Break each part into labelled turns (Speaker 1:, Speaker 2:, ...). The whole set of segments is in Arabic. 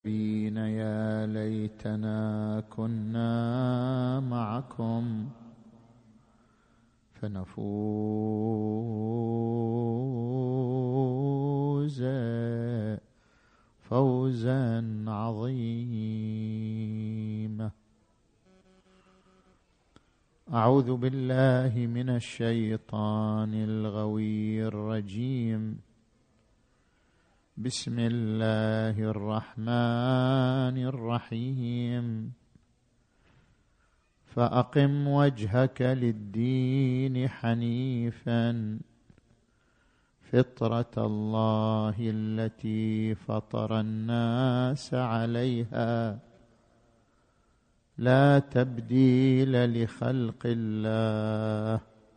Speaker 1: بين يا ليتنا كنا معكم فنفوز فوزا عظيما. أعوذ بالله من الشيطان الغوي الرجيم. بسم الله الرحمن الرحيم. فأقم وجهك للدين حنيفا فطرة الله التي فطر الناس عليها لا تبديل لخلق الله.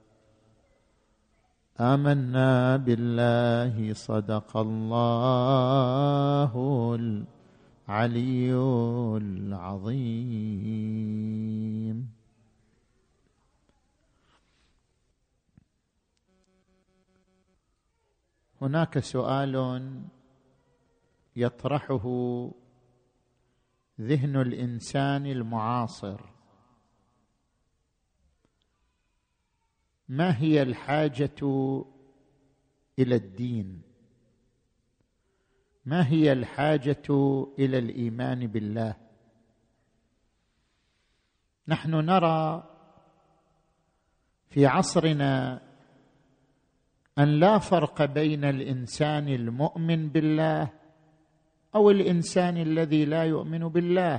Speaker 1: آمنا بالله صدق الله العلي العظيم. هناك سؤال يطرحه ذهن الإنسان المعاصر: ما هي الحاجة إلى الدين؟ ما هي الحاجة إلى الإيمان بالله؟ نحن نرى في عصرنا أن لا فرق بين الإنسان المؤمن بالله أو الإنسان الذي لا يؤمن بالله.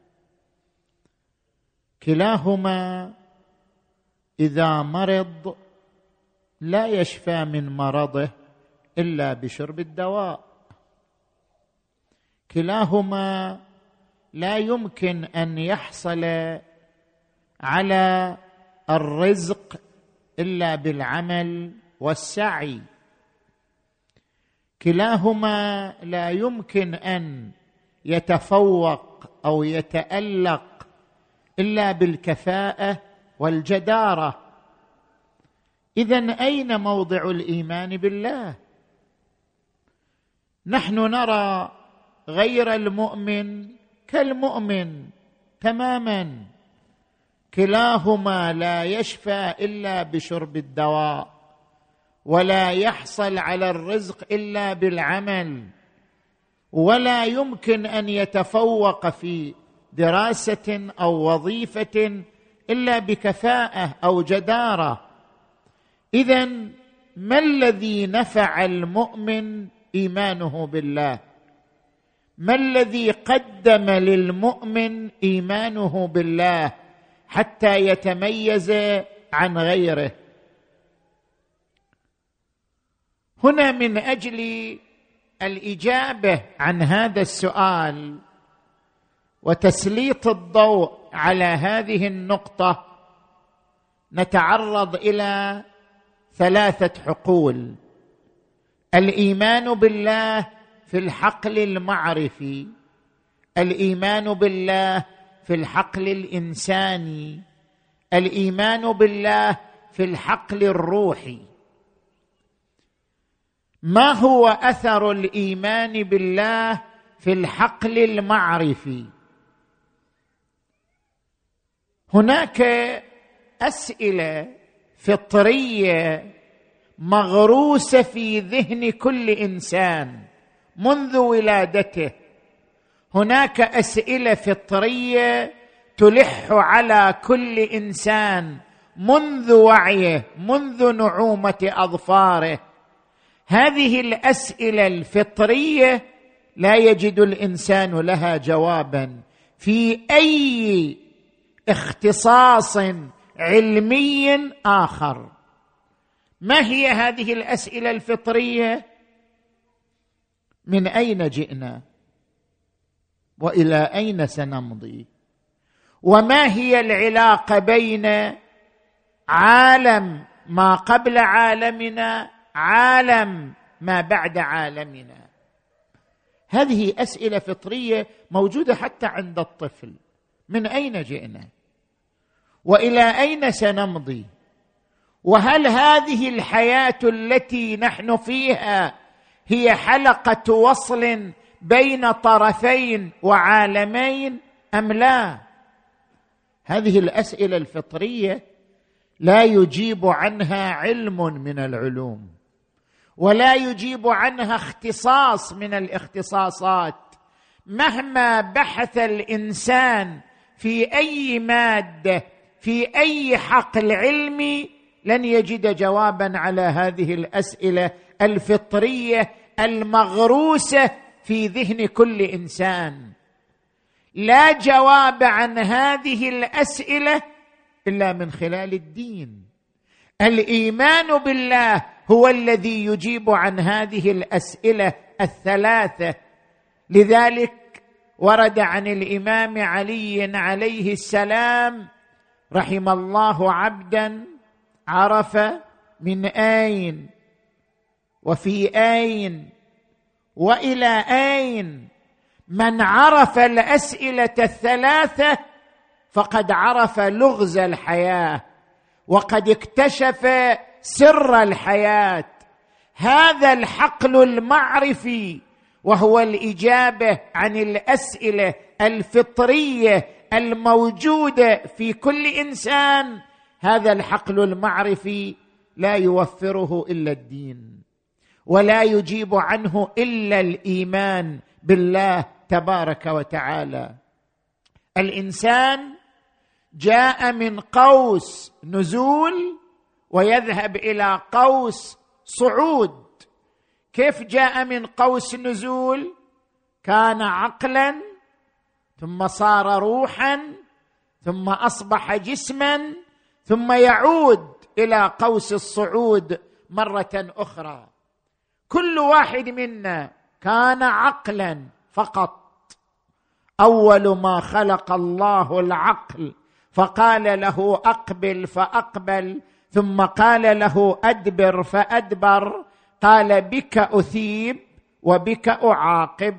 Speaker 1: كلاهما إذا مرض لا يشفى من مرضه إلا بشرب الدواء. كلاهما لا يمكن أن يحصل على الرزق إلا بالعمل والسعي. كلاهما لا يمكن أن يتفوق أو يتألق إلا بالكفاءة والجدارة. إذن أين موضع الإيمان بالله؟ نحن نرى غير المؤمن كالمؤمن تماما. كلاهما لا يشفى إلا بشرب الدواء، ولا يحصل على الرزق إلا بالعمل، ولا يمكن أن يتفوق في دراسة أو وظيفة إلا بكفاءة أو جدارة. إذن ما الذي نفع المؤمن إيمانه بالله؟ ما الذي قدم للمؤمن إيمانه بالله حتى يتميز عن غيره؟ هنا من أجل الإجابة عن هذا السؤال وتسليط الضوء على هذه النقطة نتعرض إلى 3 حقول: الإيمان بالله في الحقل المعرفي، الإيمان بالله في الحقل الإنساني، الإيمان بالله في الحقل الروحي. ما هو أثر الإيمان بالله في الحقل المعرفي؟ هناك أسئلة فطرية مغروسة في ذهن كل إنسان منذ ولادته. هناك أسئلة فطرية تلح على كل إنسان منذ وعيه، منذ نعومة أظفاره. هذه الأسئلة الفطرية لا يجد الإنسان لها جوابا في أي اختصاص علمي آخر. ما هي هذه الأسئلة الفطرية؟ من أين جئنا؟ وإلى أين سنمضي؟ وما هي العلاقة بين عالم ما قبل عالمنا، عالم ما بعد عالمنا؟ هذه أسئلة فطرية موجودة حتى عند الطفل. من أين جئنا؟ وإلى أين سنمضي؟ وهل هذه الحياة التي نحن فيها هي حلقة وصل بين طرفين وعالمين أم لا؟ هذه الأسئلة الفطرية لا يجيب عنها علم من العلوم، ولا يجيب عنها اختصاص من الاختصاصات. مهما بحث الإنسان في أي مادة في أي حقل علمي لن يجد جوابا على هذه الأسئلة الفطرية المغروسة في ذهن كل إنسان. لا جواب عن هذه الأسئلة إلا من خلال الدين. الإيمان بالله هو الذي يجيب عن هذه الأسئلة الثلاثة. لذلك ورد عن الإمام علي عليه السلام: رحم الله عبدا عرف من أين وفي أين وإلى أين. من عرف الأسئلة الثلاثة فقد عرف لغز الحياة وقد اكتشف سر الحياة. هذا الحقل المعرفي وهو الإجابة عن الأسئلة الفطرية الموجودة في كل إنسان، هذا الحقل المعرفي لا يوفره إلا الدين، ولا يجيب عنه إلا الإيمان بالله تبارك وتعالى. الإنسان جاء من قوس نزول ويذهب إلى قوس صعود. كيف جاء من قوس نزول؟ كان عقلا ثم صار روحا ثم أصبح جسما ثم يعود إلى قوس الصعود مرة أخرى. كل واحد منا كان عقلا فقط. أول ما خلق الله العقل فقال له أقبل فأقبل، ثم قال له أدبر فأدبر، قال بك أثيب وبك أعاقب.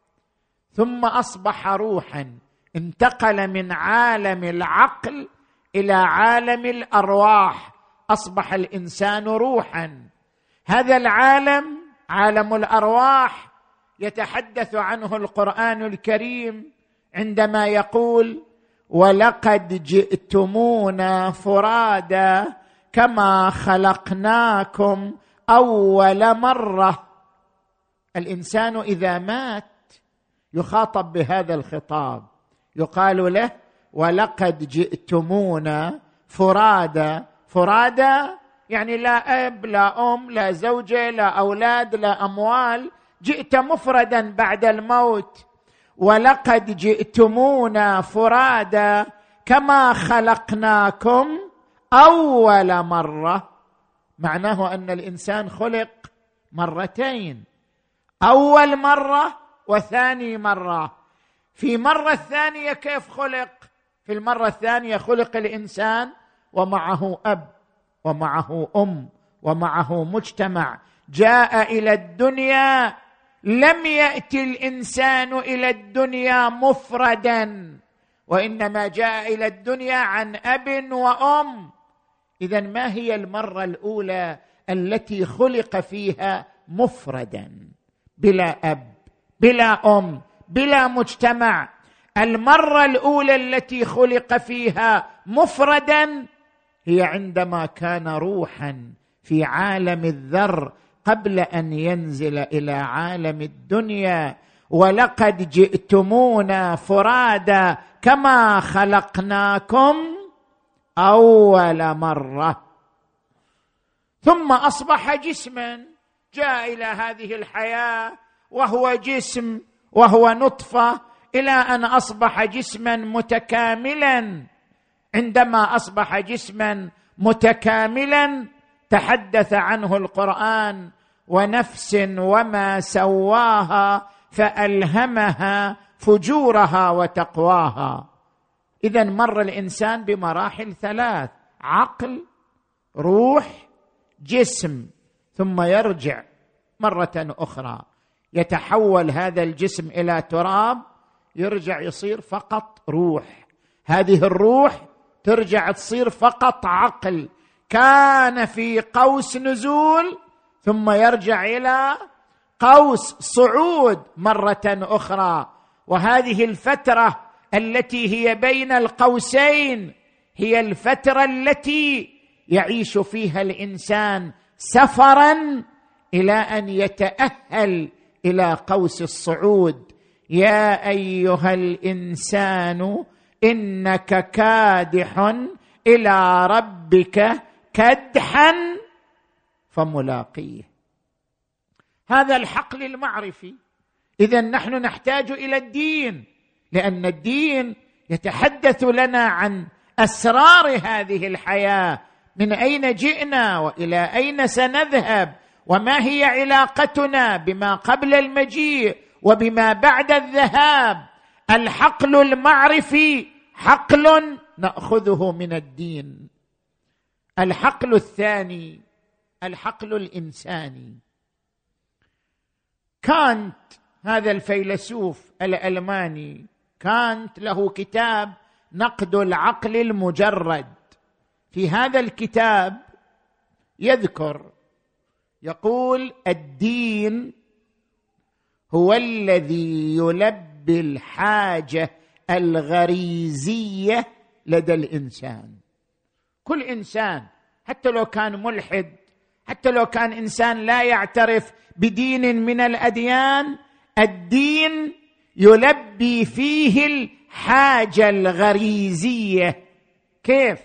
Speaker 1: ثم أصبح روحا، انتقل من عالم العقل إلى عالم الأرواح، أصبح الإنسان روحا. هذا العالم عالم الأرواح يتحدث عنه القرآن الكريم عندما يقول: ولقد جئتمونا فرادا كما خلقناكم أول مرة. الإنسان إذا مات يخاطب بهذا الخطاب، يقال له: ولقد جئتمونا فرادا. فرادا يعني لا أب لا أم لا زوجة لا أولاد لا أموال، جئت مفردا بعد الموت. ولقد جئتمونا فرادا كما خلقناكم أول مرة. معناه أن الإنسان خلق مرتين، أول مرة وثاني مرة. في مرة الثانية كيف خلق؟ في المرة الثانية خلق الإنسان ومعه أب ومعه أم ومعه مجتمع. جاء إلى الدنيا، لم يأتي الإنسان إلى الدنيا مفردا، وإنما جاء إلى الدنيا عن أب وأم. إذن ما هي المرة الأولى التي خلق فيها مفردا بلا أب بلا أم بلا مجتمع؟ المرة الأولى التي خلق فيها مفردا هي عندما كان روحا في عالم الذر قبل أن ينزل إلى عالم الدنيا. ولقد جئتمونا فرادا كما خلقناكم أول مرة. ثم أصبح جسما، جاء إلى هذه الحياة وهو جسم وهو نطفة، إلى أن أصبح جسما متكاملا. عندما أصبح جسما متكاملا تحدث عنه القرآن: ونفس وما سواها فألهمها فجورها وتقواها. إذن مر الإنسان بمراحل ثلاث: عقل، روح، جسم، ثم يرجع مرة أخرى، يتحول هذا الجسم إلى تراب، يرجع يصير فقط روح. هذه الروح ترجع تصير فقط عقل، كان في قوس نزول ثم يرجع إلى قوس صعود مرة أخرى. وهذه الفترة التي هي بين القوسين هي الفترة التي يعيش فيها الإنسان سفرا إلى أن يتأهل إلى قوس الصعود. يا أيها الإنسان إنك كادح إلى ربك كدحا فملاقيه. هذا الحقل المعرفي. إذن نحن نحتاج إلى الدين، لأن الدين يتحدث لنا عن أسرار هذه الحياة، من أين جئنا وإلى أين سنذهب، وما هي علاقتنا بما قبل المجيء وبما بعد الذهاب. الحقل المعرفي حقل نأخذه من الدين. الحقل الثاني الحقل الإنساني. كانت، هذا الفيلسوف الألماني كانت، له كتاب نقد العقل المجرد. في هذا الكتاب يقول الدين هو الذي يلبي الحاجة الغريزية لدى الإنسان. كل إنسان حتى لو كان ملحد، حتى لو كان إنسان لا يعترف بدين من الأديان، الدين يلبي فيه الحاجة الغريزية. كيف؟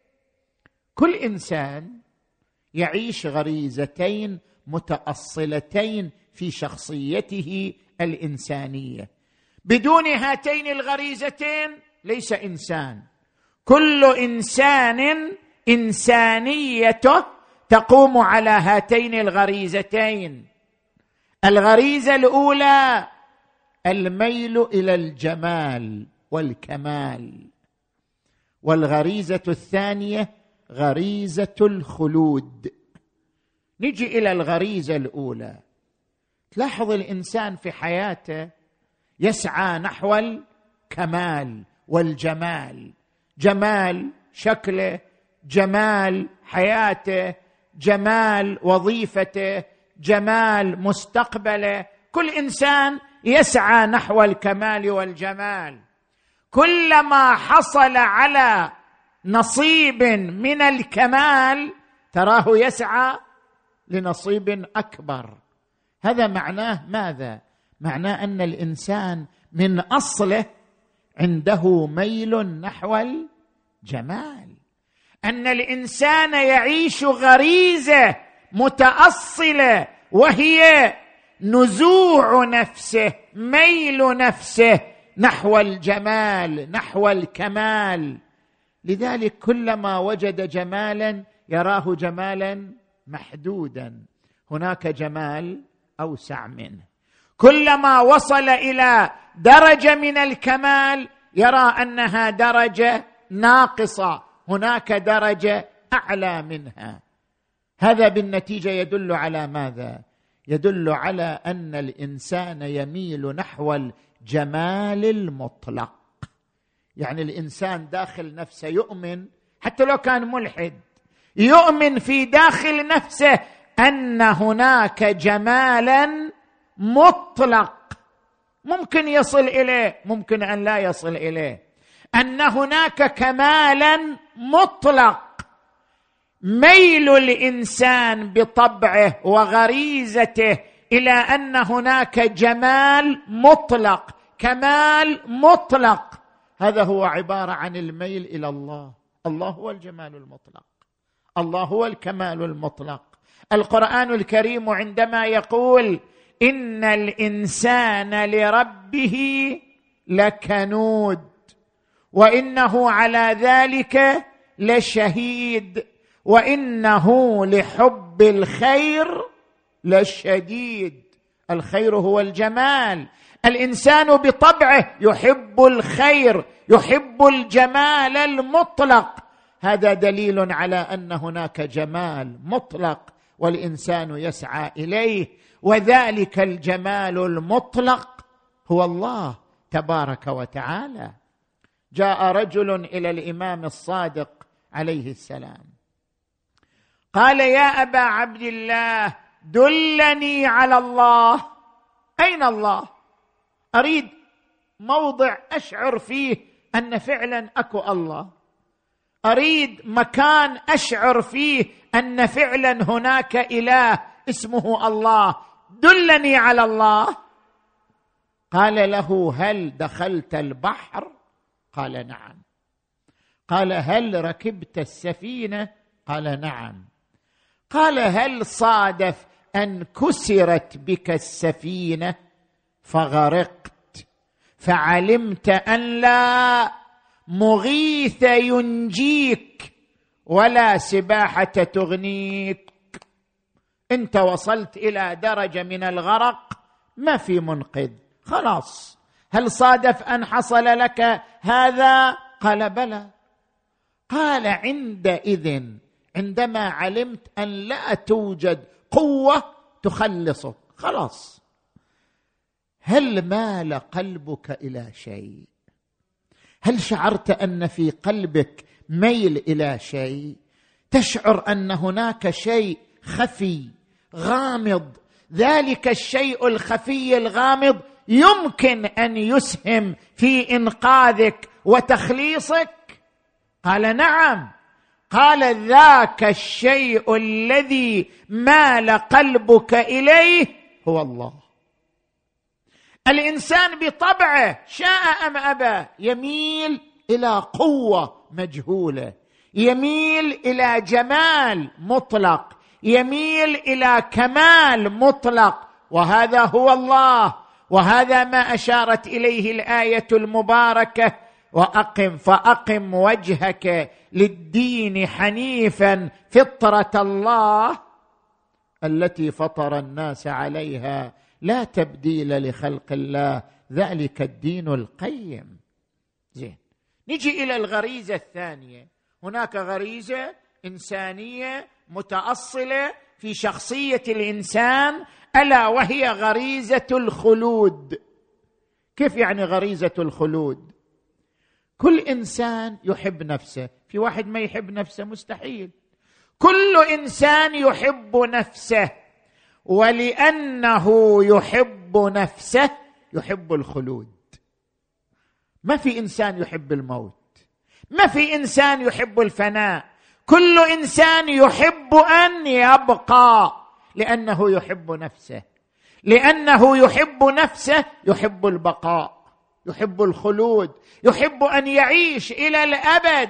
Speaker 1: كل إنسان يعيش غريزتين متأصلتين في شخصيته الإنسانية. بدون هاتين الغريزتين ليس إنسان. كل إنسان إنسانيته تقوم على هاتين الغريزتين. الغريزة الأولى الميل إلى الجمال والكمال، والغريزة الثانية غريزة الخلود. نجي إلى الغريزة الأولى. تلاحظ الإنسان في حياته يسعى نحو الكمال والجمال، جمال شكله، جمال حياته، جمال وظيفته، جمال مستقبله. كل إنسان يسعى نحو الكمال والجمال. كلما حصل على نصيب من الكمال تراه يسعى لنصيب أكبر. هذا معناه ماذا؟ معناه أن الإنسان من أصله عنده ميل نحو الجمال، أن الإنسان يعيش غريزة متأصلة وهي نزوع نفسه، ميل نفسه نحو الجمال، نحو الكمال. لذلك كلما وجد جمالا يراه جمالا محدودا، هناك جمال أوسع منه. كلما وصل إلى درجة من الكمال يرى أنها درجة ناقصة، هناك درجة أعلى منها. هذا بالنتيجة يدل على ماذا؟ يدل على أن الإنسان يميل نحو الجمال المطلق. يعني الإنسان داخل نفسه يؤمن، حتى لو كان ملحد، يؤمن في داخل نفسه أن هناك جمالا مطلق ممكن يصل إليه، ممكن أن لا يصل إليه، أن هناك كمالا مطلق. ميل الإنسان بطبعه وغريزته إلى أن هناك جمال مطلق، كمال مطلق، هذا هو عبارة عن الميل إلى الله. الله هو الجمال المطلق، الله هو الكمال المطلق. القرآن الكريم عندما يقول إن الإنسان لربه لكنود وإنه على ذلك لشهيد وإنه لحب الخير لشديد. الخير هو الجمال. الإنسان بطبعه يحب الخير، يحب الجمال المطلق. هذا دليل على أن هناك جمال مطلق والإنسان يسعى إليه، وذلك الجمال المطلق هو الله تبارك وتعالى. جاء رجل إلى الإمام الصادق عليه السلام قال: يا أبا عبد الله، دلني على الله. أين الله؟ أريد موضع أشعر فيه أن فعلا أكو الله، أريد مكان أشعر فيه أن فعلا هناك إله اسمه الله، دلني على الله. قال له: هل دخلت البحر؟ قال: نعم. قال: هل ركبت السفينة؟ قال: نعم. قال: هل صادف أن كسرت بك السفينة فغرقت فعلمت أن لا مغيث ينجيك ولا سباحة تغنيك؟ أنت وصلت إلى درجة من الغرق ما في منقذ، خلاص. هل صادف أن حصل لك هذا؟ قال: بلى. قال: عندئذ عندما علمت أن لا توجد قوة تخلصك، خلاص، هل مال قلبك إلى شيء؟ هل شعرت أن في قلبك ميل إلى شيء؟ تشعر أن هناك شيء خفي غامض، ذلك الشيء الخفي الغامض يمكن أن يسهم في إنقاذك وتخليصك؟ قال: نعم. قال: ذاك الشيء الذي مال قلبك إليه هو الله. الإنسان بطبعه شاء أم أبى يميل إلى قوة مجهولة، يميل إلى جمال مطلق، يميل إلى كمال مطلق، وهذا هو الله. وهذا ما أشارت إليه الآية المباركة: فأقم وجهك للدين حنيفا فطرة الله التي فطر الناس عليها لا تبديل لخلق الله ذلك الدين القيم. زين، نجي إلى الغريزة الثانية. هناك غريزة إنسانية متأصلة في شخصية الإنسان، ألا وهي غريزة الخلود. كيف يعني غريزة الخلود؟ كل إنسان يحب نفسه، في واحد ما يحب نفسه؟ مستحيل. كل إنسان يحب نفسه، ولأنه يحب نفسه يحب الخلود. ما في إنسان يحب الموت، ما في إنسان يحب الفناء. كل إنسان يحب أن يبقى لأنه يحب نفسه، لأنه يحب نفسه يحب البقاء، يحب الخلود، يحب أن يعيش إلى الأبد.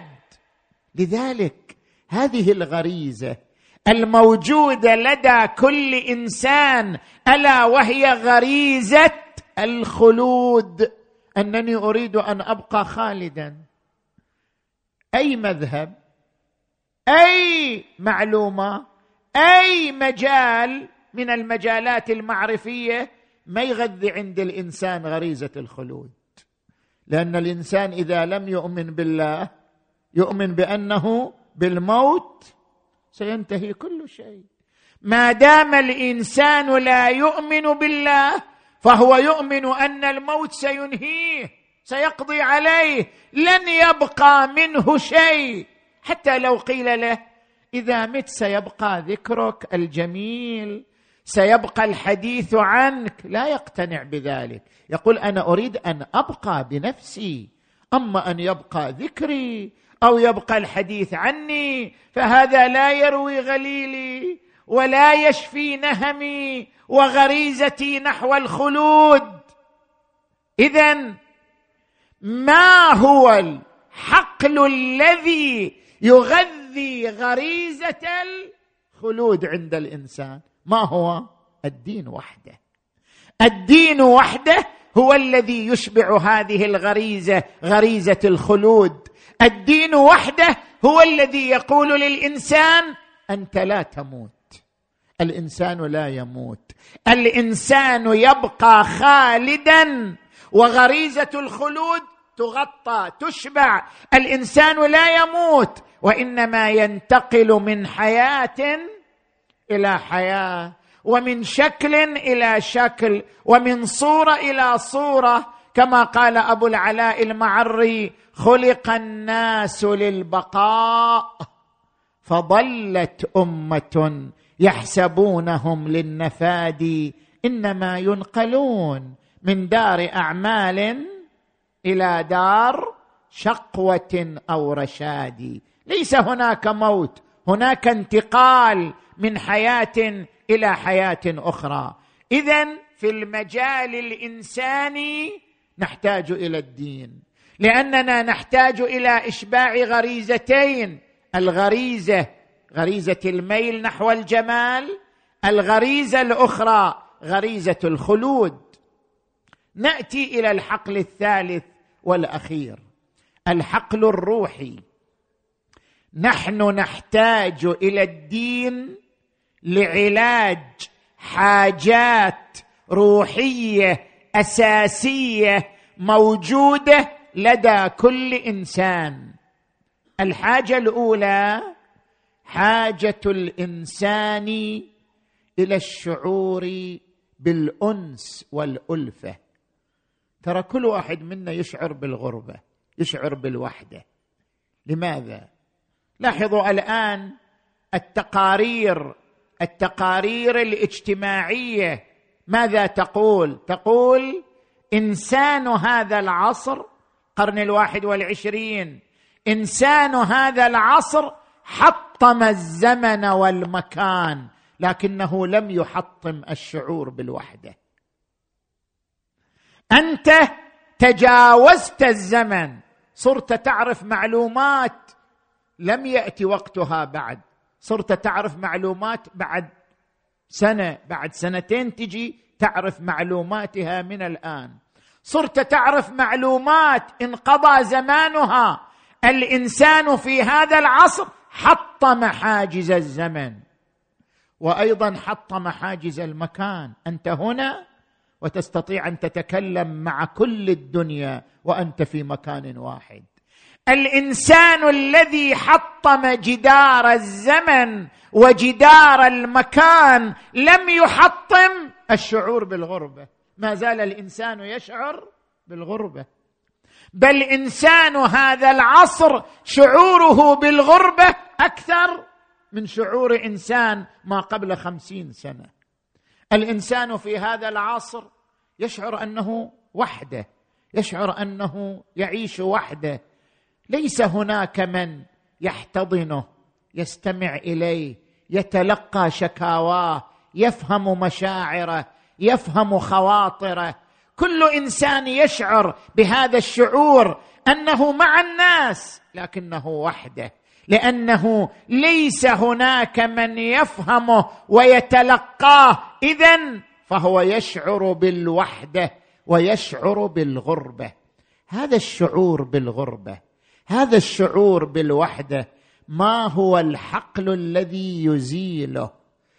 Speaker 1: لذلك هذه الغريزة الموجودة لدى كل إنسان ألا وهي غريزة الخلود، أنني أريد أن أبقى خالدا. أي مذهب، أي معلومة، أي مجال من المجالات المعرفية ما يغذي عند الإنسان غريزة الخلود، لأن الإنسان إذا لم يؤمن بالله يؤمن بأنه بالموت سينتهي كل شيء. ما دام الإنسان لا يؤمن بالله فهو يؤمن أن الموت سينهيه، سيقضي عليه، لن يبقى منه شيء. حتى لو قيل له إذا مت سيبقى ذكرك الجميل، سيبقى الحديث عنك، لا يقتنع بذلك. يقول أنا أريد أن أبقى بنفسي، أما أن يبقى ذكري أو يبقى الحديث عني فهذا لا يروي غليلي ولا يشفي نهمي وغريزتي نحو الخلود. إذن ما هو الحقل الذي يغذي غريزة الخلود عند الإنسان؟ ما هو؟ الدين وحده. الدين وحده هو الذي يشبع هذه الغريزة، غريزة الخلود. الدين وحده هو الذي يقول للإنسان أنت لا تموت. الإنسان لا يموت، الإنسان يبقى خالدا، وغريزة الخلود تغطى تشبع. الإنسان لا يموت، وإنما ينتقل من حياة إلى حياة، ومن شكل إلى شكل، ومن صورة إلى صورة، كما قال أبو العلاء المعري: خلق الناس للبقاء فضلت أمة يحسبونهم للنفاد إنما ينقلون من دار أعمال إلى دار شقوة أو رشاد. ليس هناك موت، هناك انتقال من حياة إلى حياة أخرى. إذن في المجال الإنساني نحتاج إلى الدين، لأننا نحتاج إلى إشباع غريزتين: غريزة الميل نحو الجمال، الغريزة الأخرى غريزة الخلود. نأتي إلى الحقل الثالث والأخير، الحقل الروحي. نحن نحتاج إلى الدين لعلاج حاجات روحية أساسية موجودة لدى كل إنسان. الحاجة الأولى حاجة الإنسان إلى الشعور بالأنس والألفة. ترى كل واحد منا يشعر بالغربة، يشعر بالوحدة. لماذا؟ لاحظوا الآن التقارير الاجتماعية ماذا تقول؟ تقول إنسان هذا العصر، قرن 21، إنسان هذا العصر حطم الزمن والمكان، لكنه لم يحطم الشعور بالوحدة. أنت تجاوزت الزمن، صرت تعرف معلومات لم يأتي وقتها بعد، صرت تعرف معلومات بعد سنة، بعد سنتين تجي تعرف معلوماتها من الآن. صرت تعرف معلومات انقضى زمانها. الإنسان في هذا العصر حطم حاجز الزمن، وأيضا حطم حاجز المكان. أنت هنا وتستطيع أن تتكلم مع كل الدنيا وأنت في مكان واحد. الإنسان الذي حطم جدار الزمن وجدار المكان لم يحطم الشعور بالغربة. ما زال الإنسان يشعر بالغربة، بل إنسان هذا العصر شعوره بالغربة أكثر من شعور إنسان ما قبل 50 سنة. الإنسان في هذا العصر يشعر أنه وحده، يشعر أنه يعيش وحده، ليس هناك من يحتضنه، يستمع إليه، يتلقى شكاواه، يفهم مشاعره، يفهم خواطره. كل إنسان يشعر بهذا الشعور أنه مع الناس لكنه وحده، لأنه ليس هناك من يفهمه ويتلقاه. إذن فهو يشعر بالوحدة ويشعر بالغربة. هذا الشعور بالغربة، هذا الشعور بالوحدة، ما هو الحقل الذي يزيله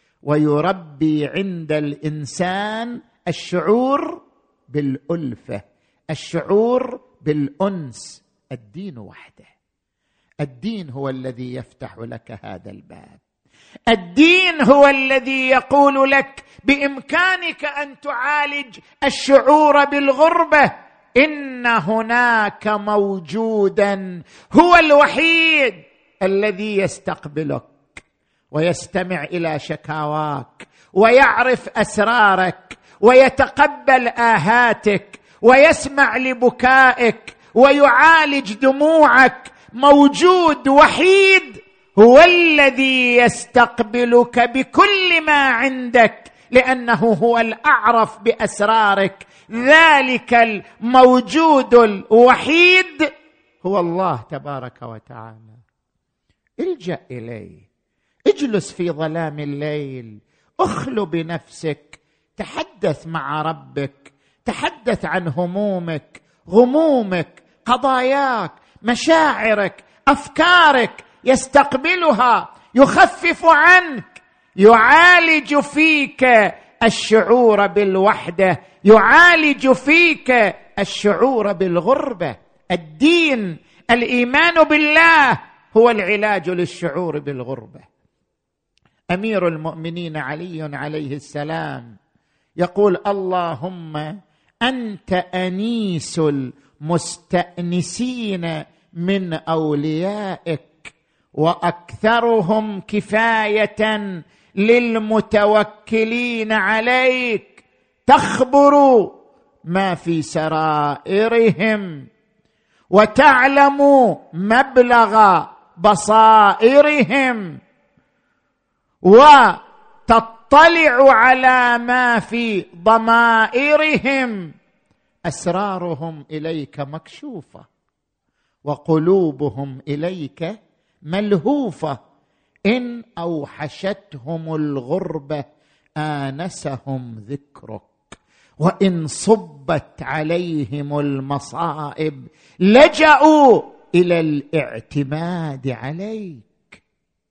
Speaker 1: ويربي عند الإنسان الشعور بالألفة، الشعور بالأنس؟ الدين وحده. الدين هو الذي يفتح لك هذا الباب. الدين هو الذي يقول لك بإمكانك أن تعالج الشعور بالغربة. إن هناك موجودا هو الوحيد الذي يستقبلك ويستمع إلى شكاواك ويعرف أسرارك ويتقبل آهاتك ويسمع لبكائك ويعالج دموعك. موجود وحيد هو الذي يستقبلك بكل ما عندك، لأنه هو الأعرف بأسرارك. ذلك الموجود الوحيد هو الله تبارك وتعالى. الجأ إليه، اجلس في ظلام الليل، اخلو بنفسك، تحدث مع ربك، تحدث عن همومك، غمومك، قضاياك، مشاعرك، أفكارك. يستقبلها، يخفف عنك، يعالج فيك الشعور بالوحدة، يعالج فيك الشعور بالغربة. الدين، الإيمان بالله هو العلاج للشعور بالغربة. أمير المؤمنين علي عليه السلام يقول: اللهم أنت أنيس المستأنسين من أوليائك وأكثرهم كفاية للمتوكلين عليك، تخبر ما في سرائرهم وتعلم مبلغ بصائرهم وتطلع على ما في ضمائرهم. أسرارهم إليك مكشوفة وقلوبهم إليك ملهوفة. إن أوحشتهم الغربة آنسهم ذكرك، وإن صبت عليهم المصائب لجأوا إلى الاعتماد عليك.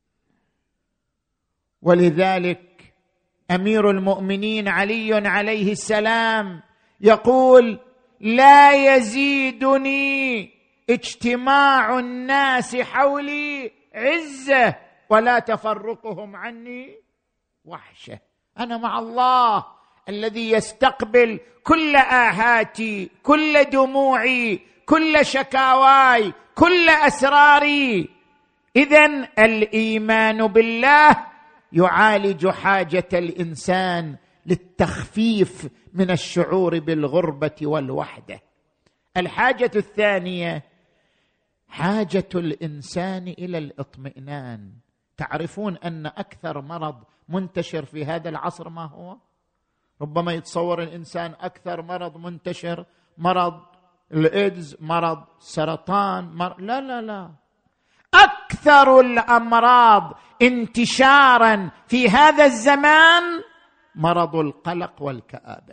Speaker 1: ولذلك أمير المؤمنين علي عليه السلام يقول: لا يزيدني اجتماع الناس حولي عزة ولا تفرقهم عني وحشة. أنا مع الله الذي يستقبل كل آهاتي، كل دموعي، كل شكاواي، كل أسراري. إذن الإيمان بالله يعالج حاجة الإنسان للتخفيف من الشعور بالغربة والوحدة. الحاجة الثانية حاجة الإنسان إلى الاطمئنان. تعرفون أن أكثر مرض منتشر في هذا العصر ما هو؟ ربما يتصور الإنسان أكثر مرض منتشر مرض الإيدز، مرض سرطان، لا لا لا، أكثر الأمراض انتشارا في هذا الزمان مرض القلق والكآبة.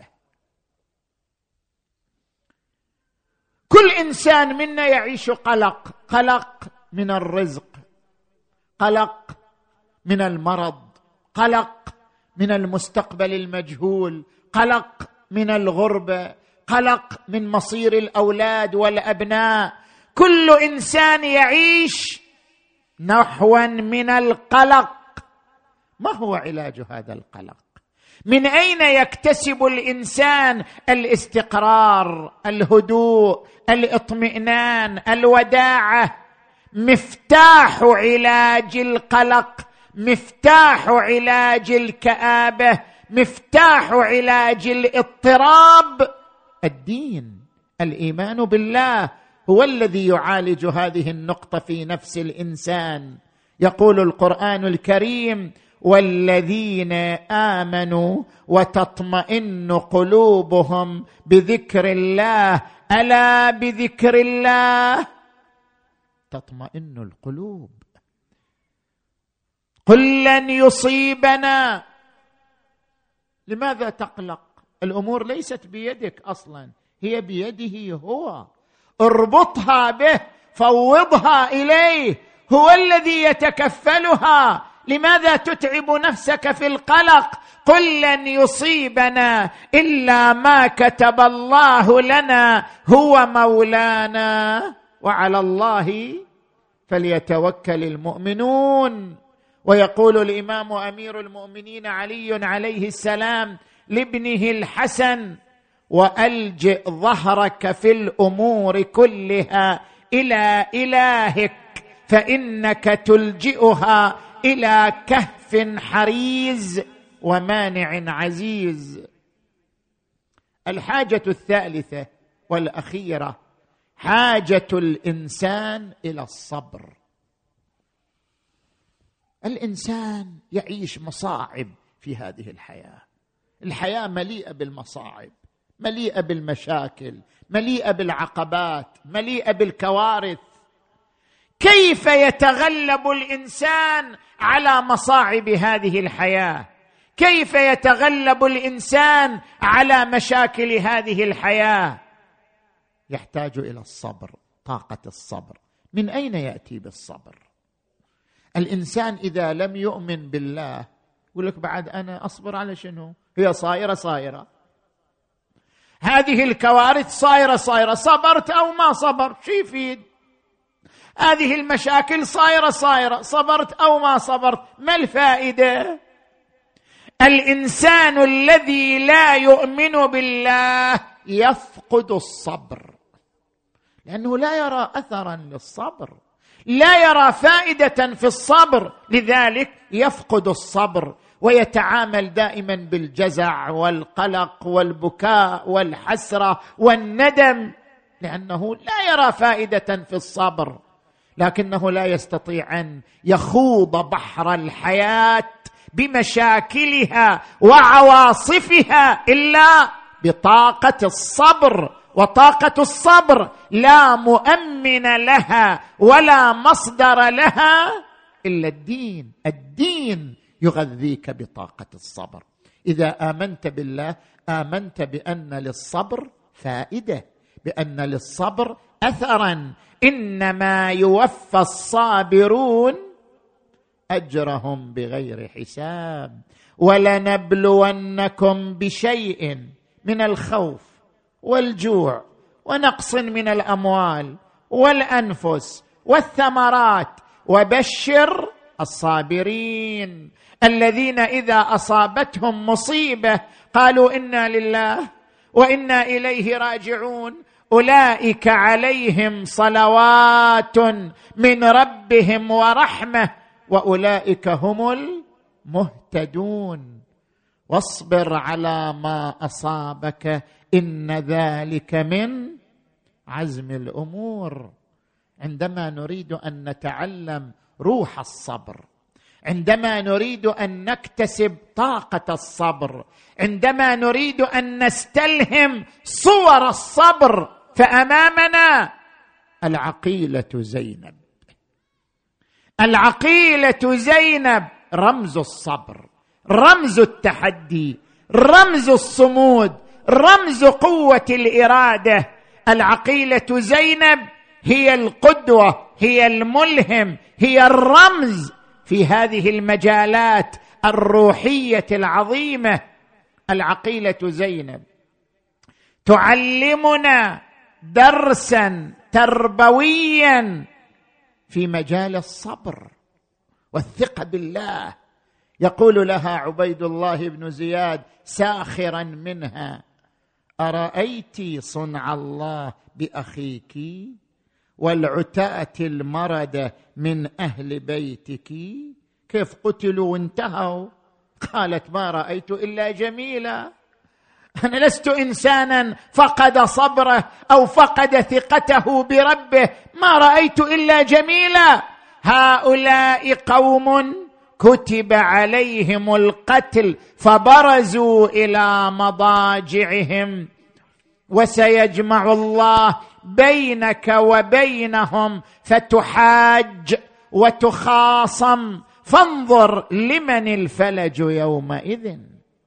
Speaker 1: كل إنسان منا يعيش قلق، قلق من الرزق، قلق من المرض، قلق من المستقبل المجهول، قلق من الغربة، قلق من مصير الأولاد والأبناء. كل إنسان يعيش نحوا من القلق. ما هو علاج هذا القلق؟ من أين يكتسب الإنسان الاستقرار، الهدوء، الاطمئنان، الوداعة؟ مفتاح علاج القلق، مفتاح علاج الكآبة، مفتاح علاج الاضطراب الدين. الإيمان بالله هو الذي يعالج هذه النقطة في نفس الإنسان. يقول القرآن الكريم: والذين آمنوا وتطمئن قلوبهم بذكر الله ألا بذكر الله تطمئن القلوب. قل لن يصيبنا. لماذا تقلق؟ الأمور ليست بيدك أصلا، هي بيده هو. اربطها به، فوضها إليه، هو الذي يتكفلها. لماذا تتعب نفسك في القلق؟ قل لن يصيبنا إلا ما كتب الله لنا هو مولانا وعلى الله فليتوكل المؤمنون. ويقول الإمام أمير المؤمنين علي عليه السلام لابنه الحسن: وألجئ ظهرك في الأمور كلها إلى إلهك فإنك تلجئها إلى كهف حريز ومانع عزيز. الحاجة الثالثة والأخيرة حاجة الإنسان إلى الصبر. الإنسان يعيش مصاعب في هذه الحياة. الحياة مليئة بالمصاعب، مليئة بالمشاكل، مليئة بالعقبات، مليئة بالكوارث. كيف يتغلب الإنسان على مصاعب هذه الحياة؟ كيف يتغلب الإنسان على مشاكل هذه الحياة؟ يحتاج إلى الصبر، طاقة الصبر. من أين يأتي بالصبر؟ الإنسان إذا لم يؤمن بالله يقول لك بعد أنا أصبر على شنو؟ هي صايرة هذه الكوارث صايرة، صبرت أو ما صبرت شو يفيد؟ هذه المشاكل صايرة، صبرت أو ما صبرت ما الفائدة؟ الإنسان الذي لا يؤمن بالله يفقد الصبر، لأنه لا يرى أثرا للصبر، لا يرى فائدة في الصبر، لذلك يفقد الصبر. ويتعامل دائما بالجزع والقلق والبكاء والحسرة والندم، لأنه لا يرى فائدة في الصبر، لكنه لا يستطيع أن يخوض بحر الحياة بمشاكلها وعواصفها إلا بطاقة الصبر. وطاقة الصبر لا مؤمن لها ولا مصدر لها إلا الدين. الدين يغذيك بطاقة الصبر. إذا آمنت بالله آمنت بأن للصبر فائدة، بأن للصبر أثرا. إنما يوفى الصابرون أجرهم بغير حساب. ولنبلونكم بشيء من الخوف والجوع ونقص من الأموال والأنفس والثمرات وبشر الصابرين الذين إذا أصابتهم مصيبة قالوا إنا لله وإنا إليه راجعون أولئك عليهم صلوات من ربهم ورحمة وأولئك هم المهتدون. واصبر على ما أصابك إن ذلك من عزم الأمور. عندما نريد أن نتعلم روح الصبر، عندما نريد أن نكتسب طاقة الصبر، عندما نريد أن نستلهم صور الصبر، فأمامنا العقيلة زينب. العقيلة زينب رمز الصبر، رمز التحدي، رمز الصمود، رمز قوة الإرادة. العقيلة زينب هي القدوة، هي الملهم، هي الرمز في هذه المجالات الروحية العظيمة. العقيلة زينب تعلمنا درسا تربويا في مجال الصبر والثقة بالله. يقول لها عبيد الله بن زياد ساخرا منها: أرأيت صنع الله بأخيك والعتاة المردة من أهل بيتك كيف قتلوا وانتهوا؟ قالت: ما رأيت إلا جميلا. أنا لست إنسانا فقد صبره أو فقد ثقته بربه، ما رأيت إلا جميلا. هؤلاء قوم كتب عليهم القتل فبرزوا إلى مضاجعهم، وسيجمع الله بينك وبينهم فتحاج وتخاصم، فانظر لمن الفلج يومئذ.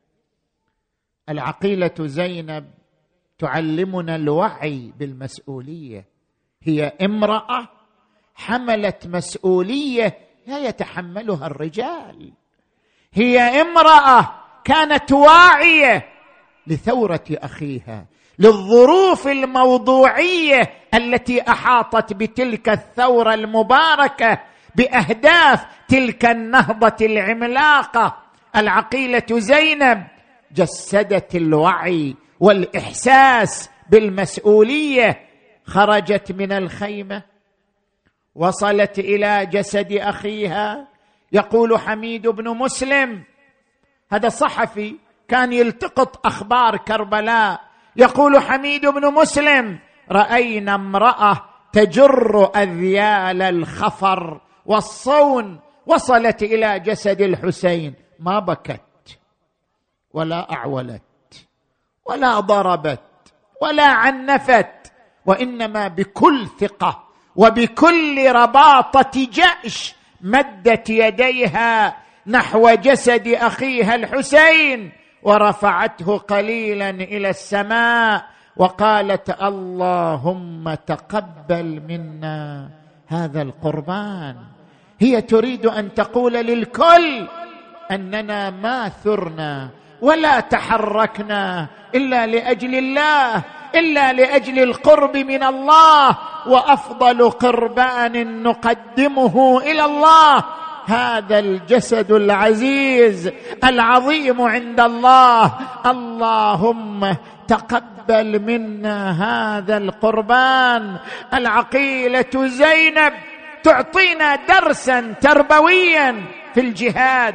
Speaker 1: العقيلة زينب تعلمنا الوعي بالمسؤولية. هي امرأة حملت مسؤولية لا يتحملها الرجال. هي امرأة كانت واعية لثورة أخيها، للظروف الموضوعية التي أحاطت بتلك الثورة المباركة، بأهداف تلك النهضة العملاقة. العقيلة زينب جسدت الوعي والإحساس بالمسؤولية. خرجت من الخيمة، وصلت إلى جسد أخيها. يقول حميد بن مسلم، هذا صحفي كان يلتقط أخبار كربلاء، يقول حميد بن مسلم: رأينا امرأة تجر أذيال الخفر والصون، وصلت إلى جسد الحسين، ما بكت ولا أعولت ولا ضربت ولا عنفت، وإنما بكل ثقة وبكل رباطة جأش مدت يديها نحو جسد أخيها الحسين ورفعته قليلا إلى السماء وقالت: اللهم تقبل منا هذا القربان. هي تريد أن تقول للكل أننا ما ثرنا ولا تحركنا إلا لأجل الله، إلا لأجل القرب من الله، وأفضل قربان نقدمه إلى الله هذا الجسد العزيز العظيم عند الله. اللهم تقبل منا هذا القربان. العقيلة زينب تعطينا درسا تربويا في الجهاد،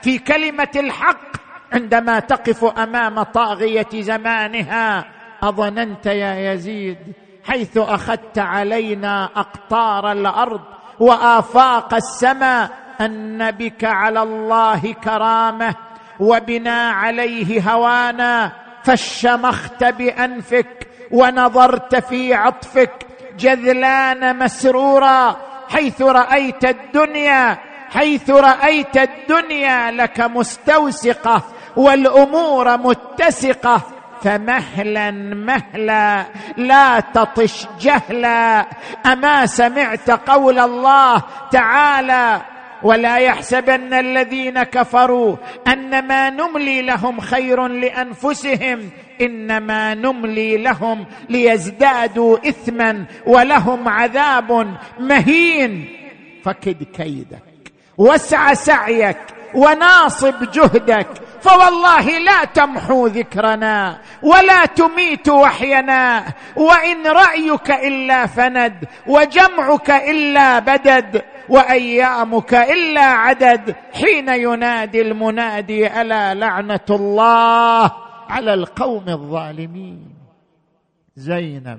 Speaker 1: في كلمة الحق عندما تقف أمام طاغية زمانها. أظننت يا يزيد حيث أخذت علينا أقطار الأرض وآفاق السماء أن بك على الله كرامة وبنا عليه هوانا، فشمخت بأنفك ونظرت في عطفك جذلان مسرورا حيث رأيت الدنيا لك مستوسقة والأمور متسقة، فمهلا مهلا لا تطش جهلا. أما سمعت قول الله تعالى: ولا يحسبن الذين كفروا أنما نملي لهم خير لأنفسهم إنما نملي لهم ليزدادوا إثما ولهم عذاب مهين. فكد كيدك واسع سعيك وناصب جهدك، فوالله لا تمحو ذكرنا ولا تميت وحينا، وإن رأيك إلا فند وجمعك إلا بدد وأيامك إلا عدد، حين ينادي المنادي ألا لعنة الله على القوم الظالمين. زينب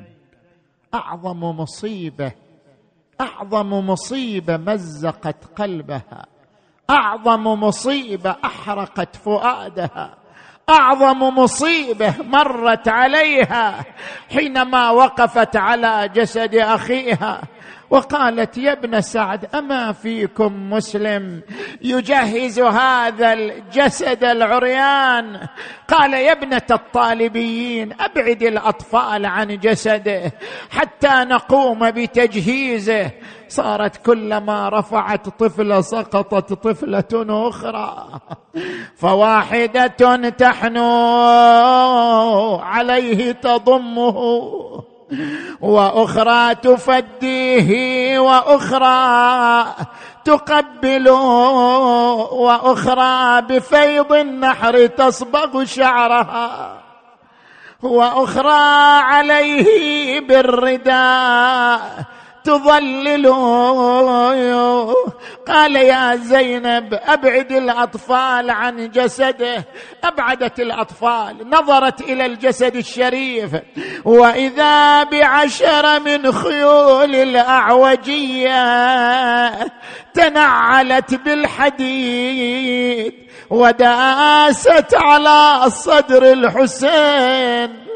Speaker 1: أعظم مصيبة مزقت قلبها، أعظم مصيبة أحرقت فؤادها، أعظم مصيبة مرت عليها حينما وقفت على جسد أخيها وقالت: يا ابن سعد، أما فيكم مسلم يجهز هذا الجسد العريان؟ قال: يا ابنة الطالبيين، أبعد الأطفال عن جسده حتى نقوم بتجهيزه. صارت كلما رفعت طفلة سقطت طفلة أخرى، فواحدة تحنو عليه تضمه، وأخرى تفديه، وأخرى تقبل، وأخرى بفيض النحر تصبغ شعرها، وأخرى عليه بالرداء تظلل. قال: يا زينب، أبعد الأطفال عن جسده. أبعدت الأطفال، نظرت إلى الجسد الشريف، وإذا ب10 من خيول الأعوجية تنعلت بالحديد وداست على صدر الحسين.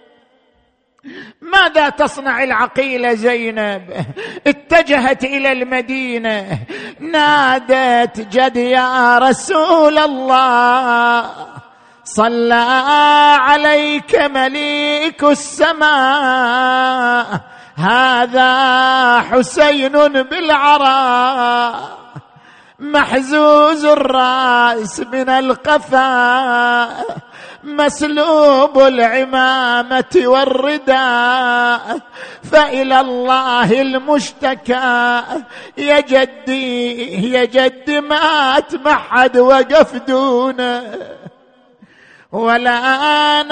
Speaker 1: ماذا تصنع العقيلة زينب؟ اتجهت إلى المدينة، نادت: جد يا رسول الله، صلى عليك مليك السماء، هذا حسين بالعراء، محزوز الرأس من القفا، مسلوب العمامة والرداء، فإلى الله المشتكى. يا جدي مات محد وقف دونه، ولا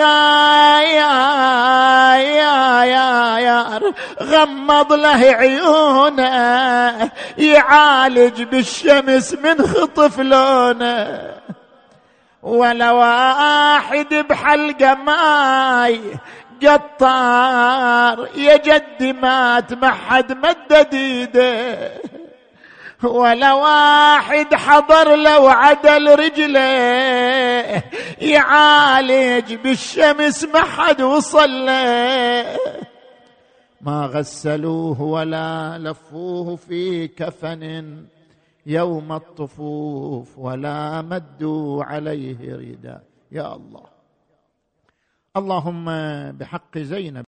Speaker 1: نغاير غمض له عيونه، يعالج بالشمس من خطف لونه، ولا واحد بحلقه ماي قطار. يا جدي مات محد مدد ايده، ولا واحد حضر لو عدل رجله، يعالج بالشمس محد وصل له. ما غسلوه ولا لفوه في كفن يوم الطفوف، ولا مدوا عليه رداء. يا الله، اللهم بحق زينب